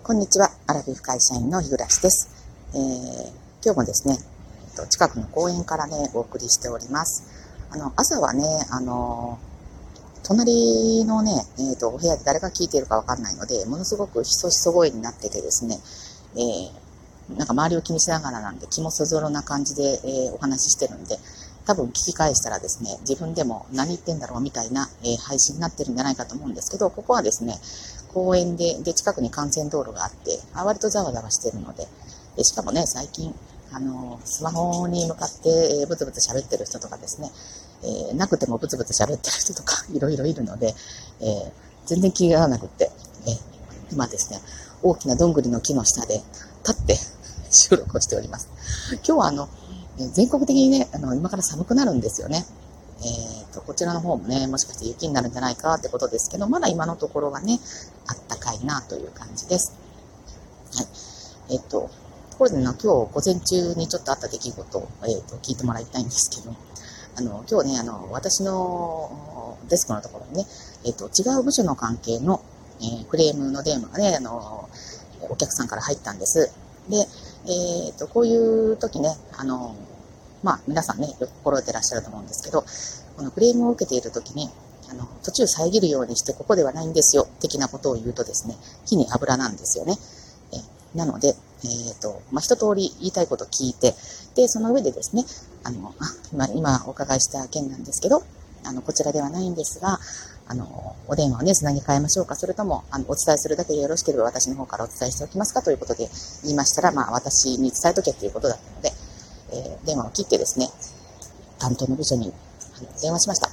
こんにちは、アラフィフ会社員の日暮です。今日もですね、近くの公園からね、お送りしております。朝はね、隣のね、お部屋で誰が聞いているかわかんないので、ものすごくひそひそ声になっててですね、なんか周りを気にしながらなんで、気もそぞろな感じで、お話ししてるんで、多分聞き返したらですね、自分でも何言ってんだろうみたいな、配信になってるんじゃないかと思うんですけど、ここはですね、公園で、近くに幹線道路があって、割とざわざわしてるので、しかもね、最近、スマホに向かって、ブツブツ喋ってる人とかですね、なくてもブツブツ喋ってる人とか、いろいろいるので、全然気が合わなくって、今ですね、大きなどんぐりの木の下で立って収録をしております。今日は全国的にね、今から寒くなるんですよね。こちらの方もね、もしかして雪になるんじゃないかってことですけど、まだ今のところがね、あったかいなという感じです。はい。ところで今日午前中にちょっとあった出来事を、聞いてもらいたいんですけど、今日ね、私のデスクのところにね、違う部署の関係の、クレームの電話がね、お客さんから入ったんです。で、こういう時ね、皆さんね、よく心得てらっしゃると思うんですけど、このクレームを受けている時に、途中遮るようにして、ここではないんですよ、的なことを言うとですね、火に油なんですよね。なので、一通り言いたいことを聞いて、で、その上でですね、今お伺いした件なんですけど、こちらではないんですが、お電話をね、つなぎ替えましょうか、それとも、お伝えするだけでよろしければ私の方からお伝えしておきますかということで言いましたら、私に伝えとけということだったので、電話を切ってですね、担当の部署に電話しました。はい。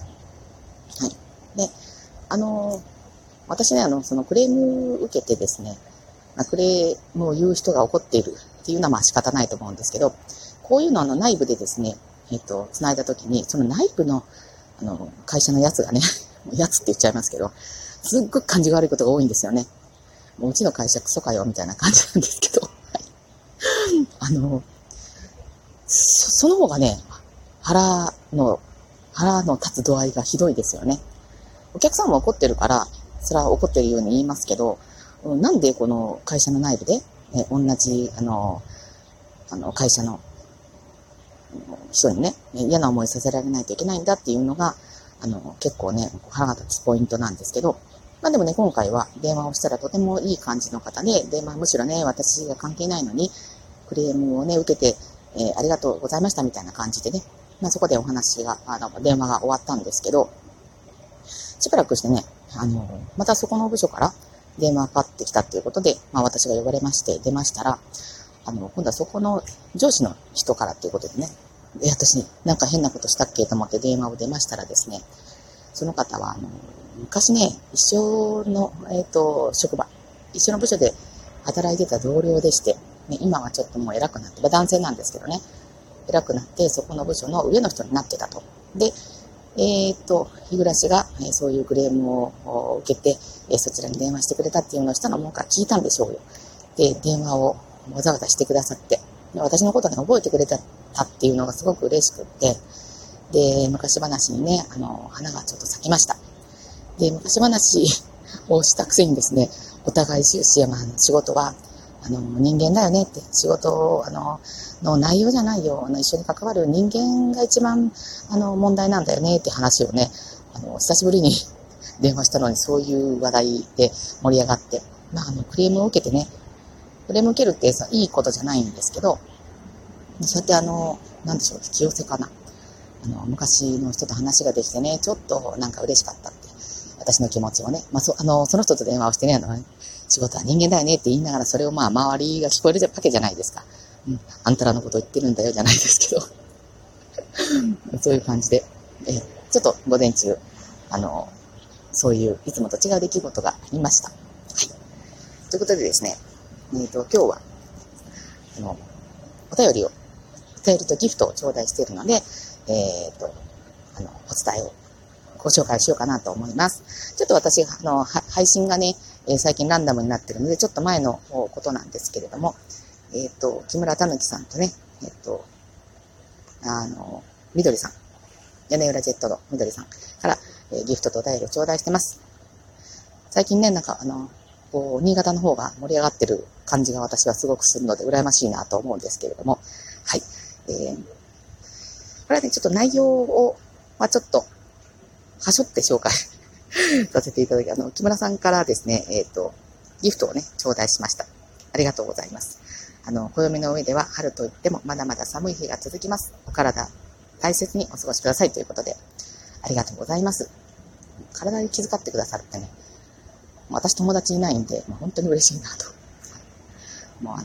で、私ね、そのクレーム受けてですね、クレームを言う人が怒っているっていうのは仕方ないと思うんですけど、こういうの内部でですね、繋いだときに、その内部の、会社のやつがね、やつって言っちゃいますけど、すっごく感じが悪いことが多いんですよね。もううちの会社クソかよ、みたいな感じなんですけど、はい。その方がね、腹の立つ度合いがひどいですよね。お客さんも怒ってるから、それは怒ってるように言いますけど、なんでこの会社の内部で、同じ、会社の人にね、嫌な思いさせられないといけないんだっていうのが、結構ね、腹が立つポイントなんですけど、でもね、今回は電話をしたらとてもいい感じの方で、むしろね、私が関係ないのに、クレームをね、受けて、ありがとうございましたみたいな感じでね、そこでお話が、電話が終わったんですけど、しばらくしてね、またそこの部署から電話がかかってきたっていうことで、私が呼ばれまして出ましたら、今度はそこの上司の人からっていうことでね、私なんか変なことしたっけと思って電話を出ましたらですね、その方は、昔ね、一緒の、職場、一緒の部署で働いてた同僚でして、今はちょっともう偉くなって、男性なんですけどね、偉くなって、そこの部署の上の人になってたと。で、日暮が、そういうクレームを受けて、そちらに電話してくれたっていうのをしたのもんから聞いたんでしょうよ。で、電話をわざわざしてくださって、私のことね、覚えてくれたっていうのがすごく嬉しくって、で、昔話にね、花がちょっと咲きました。で、昔話をしたくせにですね、お互い終始、仕事は、人間だよねって、仕事、の内容じゃないよ、一緒に関わる人間が一番、問題なんだよねって話をね、久しぶりに電話したのにそういう話題で盛り上がって、クレームを受けてね、クレームを受けるってさ、いいことじゃないんですけど、そうやってなんでしょう、引き寄せかな。昔の人と話ができてね、ちょっとなんか嬉しかったって、私の気持ちをね、その人と電話をしてね、仕事は人間だよねって言いながら、それを周りが聞こえるわけじゃないですか。あんたらのこと言ってるんだよじゃないですけど、そういう感じで、ちょっと午前中、そういういつもと違う出来事がありました。はい。ということでですね、今日は、お便りとギフトを頂戴しているので、お伝えをご紹介しようかなと思います。ちょっと私、配信がね、最近ランダムになってるので、ちょっと前のことなんですけれども、木村たぬきさんとね、みどりさん、屋根裏ジェットのみどりさんから、ギフトとお便りを頂戴してます。最近ね、なんか、 こう、新潟の方が盛り上がってる感じが私はすごくするので、羨ましいなと思うんですけれども、はい。これはね、ちょっと内容を、ちょっと、はしょって紹介させていただき、木村さんからですね、ギフトをね、頂戴しました。ありがとうございます。暦の上では春といってもまだまだ寒い日が続きます。お体、大切にお過ごしくださいということで、ありがとうございます。体に気遣ってくださるってね、私友達いないんで、本当に嬉しいなと。もう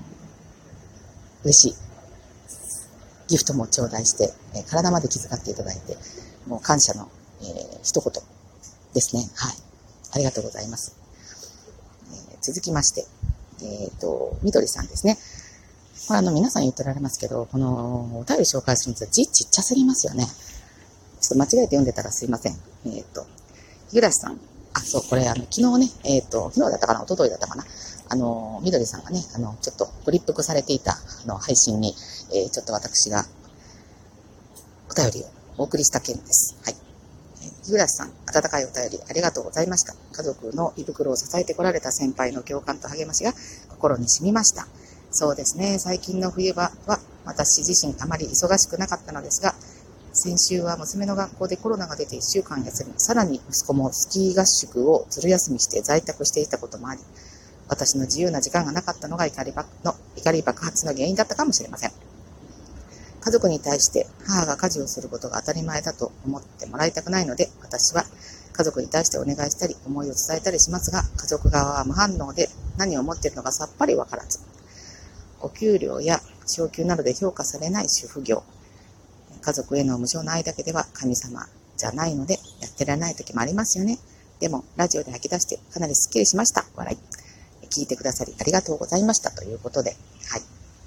嬉しい。ギフトも頂戴して、体まで気遣っていただいて、もう感謝の、一言ですね。はい。ありがとうございます。続きまして、みどりさんですね。これ皆さん言ってられますけど、このお便り紹介するんですが、字ちっちゃすぎますよね。ちょっと間違えて読んでたらすいません。日暮さん。そう、これ昨日ね、昨日だったかな、一昨日だったかな。みどりさんがね、ちょっとご立腹されていた、配信に、ちょっと私が、お便りをお送りした件です。はい。日暮さん、温かいお便りありがとうございました。家族の胃袋を支えてこられた先輩の共感と励ましが心に染みました。そうですね、最近の冬場は私自身あまり忙しくなかったのですが、先週は娘の学校でコロナが出て1週間休み、さらに息子もスキー合宿をずる休みして在宅していたこともあり、私の自由な時間がなかったのが怒り爆発の原因だったかもしれません。家族に対して母が家事をすることが当たり前だと思ってもらいたくないので、私は家族に対してお願いしたり思いを伝えたりしますが、家族側は無反応で何を思っているのかさっぱりわからず、お給料や昇給などで評価されない主婦業、家族への無償の愛だけでは神様じゃないのでやってられない時もありますよね。でもラジオで吐き出してかなりスッキリしました。笑い。聞いてくださりありがとうございましたということで、はい。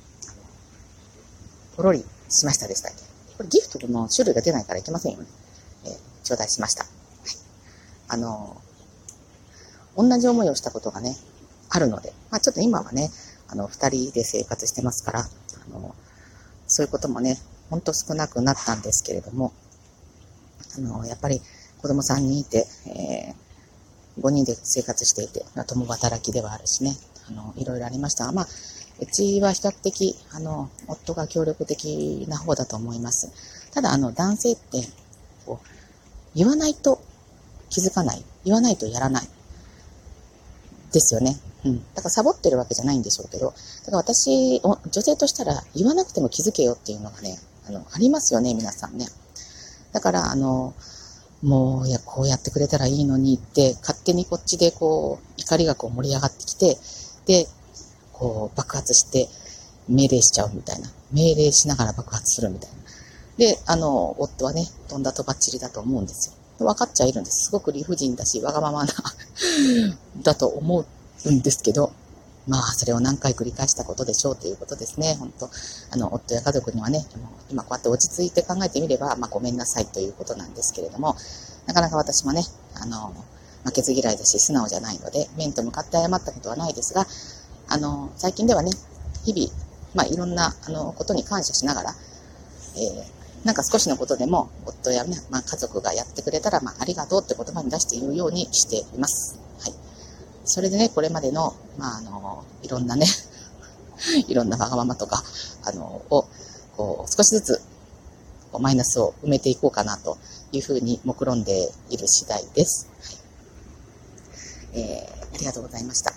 ポロリしましたでしたっけ。これギフトの種類が出ないからいけませんよね。頂戴しました。はい。同じ思いをしたことがね、あるので、ちょっと今はね、二人で生活してますから、そういうこともね、ほんと少なくなったんですけれども、やっぱり子供3人いて、5人で生活していて、共働きではあるしね、いろいろありましたが、うちは比較的、夫が協力的な方だと思います。ただ、男性って、こう、言わないと気づかない。言わないとやらない。ですよね。だからサボってるわけじゃないんでしょうけど、だから私、女性としたら言わなくても気づけよっていうのがね、ありますよね、皆さんね。だから、もう、いや、こうやってくれたらいいのにって、勝手にこっちでこう、怒りがこう盛り上がってきて、で、こう、爆発して、命令しちゃうみたいな。命令しながら爆発するみたいな。で、夫はね、とんだとばっちりだと思うんですよ。分かっちゃいるんです。すごく理不尽だし、わがままな、だと思うんですけど、それを何回繰り返したことでしょうということですね。本当夫や家族にはね、今こうやって落ち着いて考えてみれば、ごめんなさいということなんですけれども、なかなか私もね、負けず嫌いだし、素直じゃないので、面と向かって謝ったことはないですが、最近ではね、日々、いろんな、ことに感謝しながら、なんか少しのことでも、夫やね、家族がやってくれたら、ありがとうって言葉に出して言うようにしています。はい。それでね、これまでの、いろんなね、いろんなわがままとか、を、こう、少しずつ、マイナスを埋めていこうかなというふうに目論んでいる次第です。はい。ありがとうございました。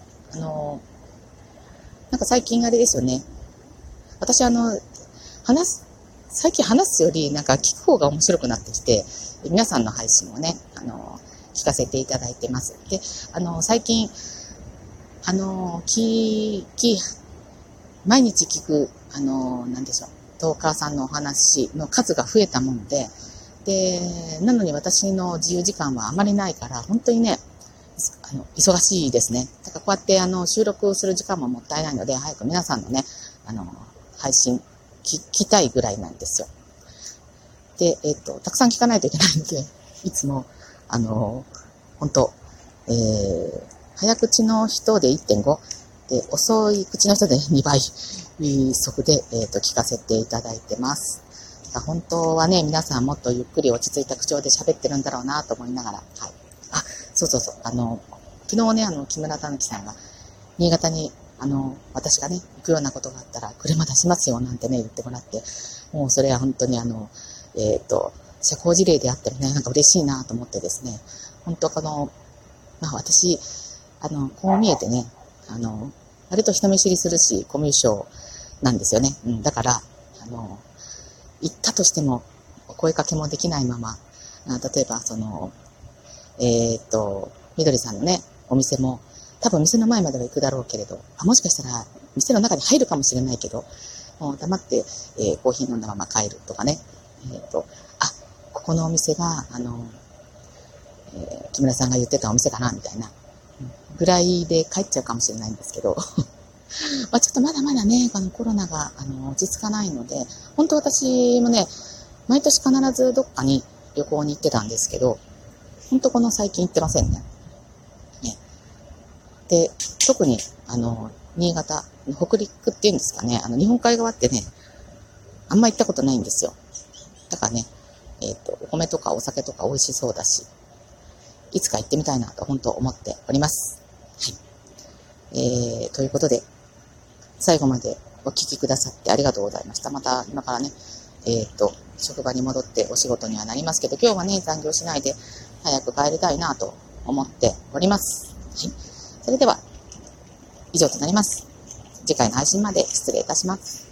なんか最近あれですよね。私最近話すよりなんか聞く方が面白くなってきて、皆さんの配信をね、聞かせていただいてます。で、最近、毎日聞く、なんでしょう、トーカーさんのお話の数が増えたもんで、なのに私の自由時間はあまりないから、本当にね、忙しいですね。だからこうやって収録する時間ももったいないので、早く皆さんのね、配信聞きたいぐらいなんですよ。で、たくさん聞かないといけないので、いつも、本当、早口の人で 1.5 で、遅い口の人で2倍速で、聞かせていただいてます。本当はね、皆さんもっとゆっくり落ち着いた口調で喋ってるんだろうなと思いながら、はい。そう。 昨日ね、木村たぬきさんが、新潟に、私がね、行くようなことがあったら、車出しますよ、なんてね、言ってもらって、もうそれは本当に社交辞令であってもね、なんか嬉しいなと思ってですね、本当私、こう見えてね、割と人見知りするし、コミュ障なんですよね。だから、行ったとしても、声かけもできないまま、例えば、みどりさんのね、お店も、多分店の前までは行くだろうけれど、もしかしたら店の中に入るかもしれないけど、もう黙って、コーヒー飲んだまま帰るとかね。ここのお店が、木村さんが言ってたお店かな、みたいな、ぐらいで帰っちゃうかもしれないんですけど、ちょっとまだまだね、コロナが、落ち着かないので、本当私もね、毎年必ずどっかに旅行に行ってたんですけど、本当この最近行ってませんね。で、特に、新潟、北陸っていうんですかね、日本海側ってね、あんま行ったことないんですよ。だからね、お米とかお酒とか美味しそうだし、いつか行ってみたいなと本当思っております。はい。ということで、最後までお聞きくださってありがとうございました。また今からね、職場に戻ってお仕事にはなりますけど、今日はね、残業しないで早く帰りたいなと思っております。はい。それでは、以上となります。次回の配信まで失礼いたします。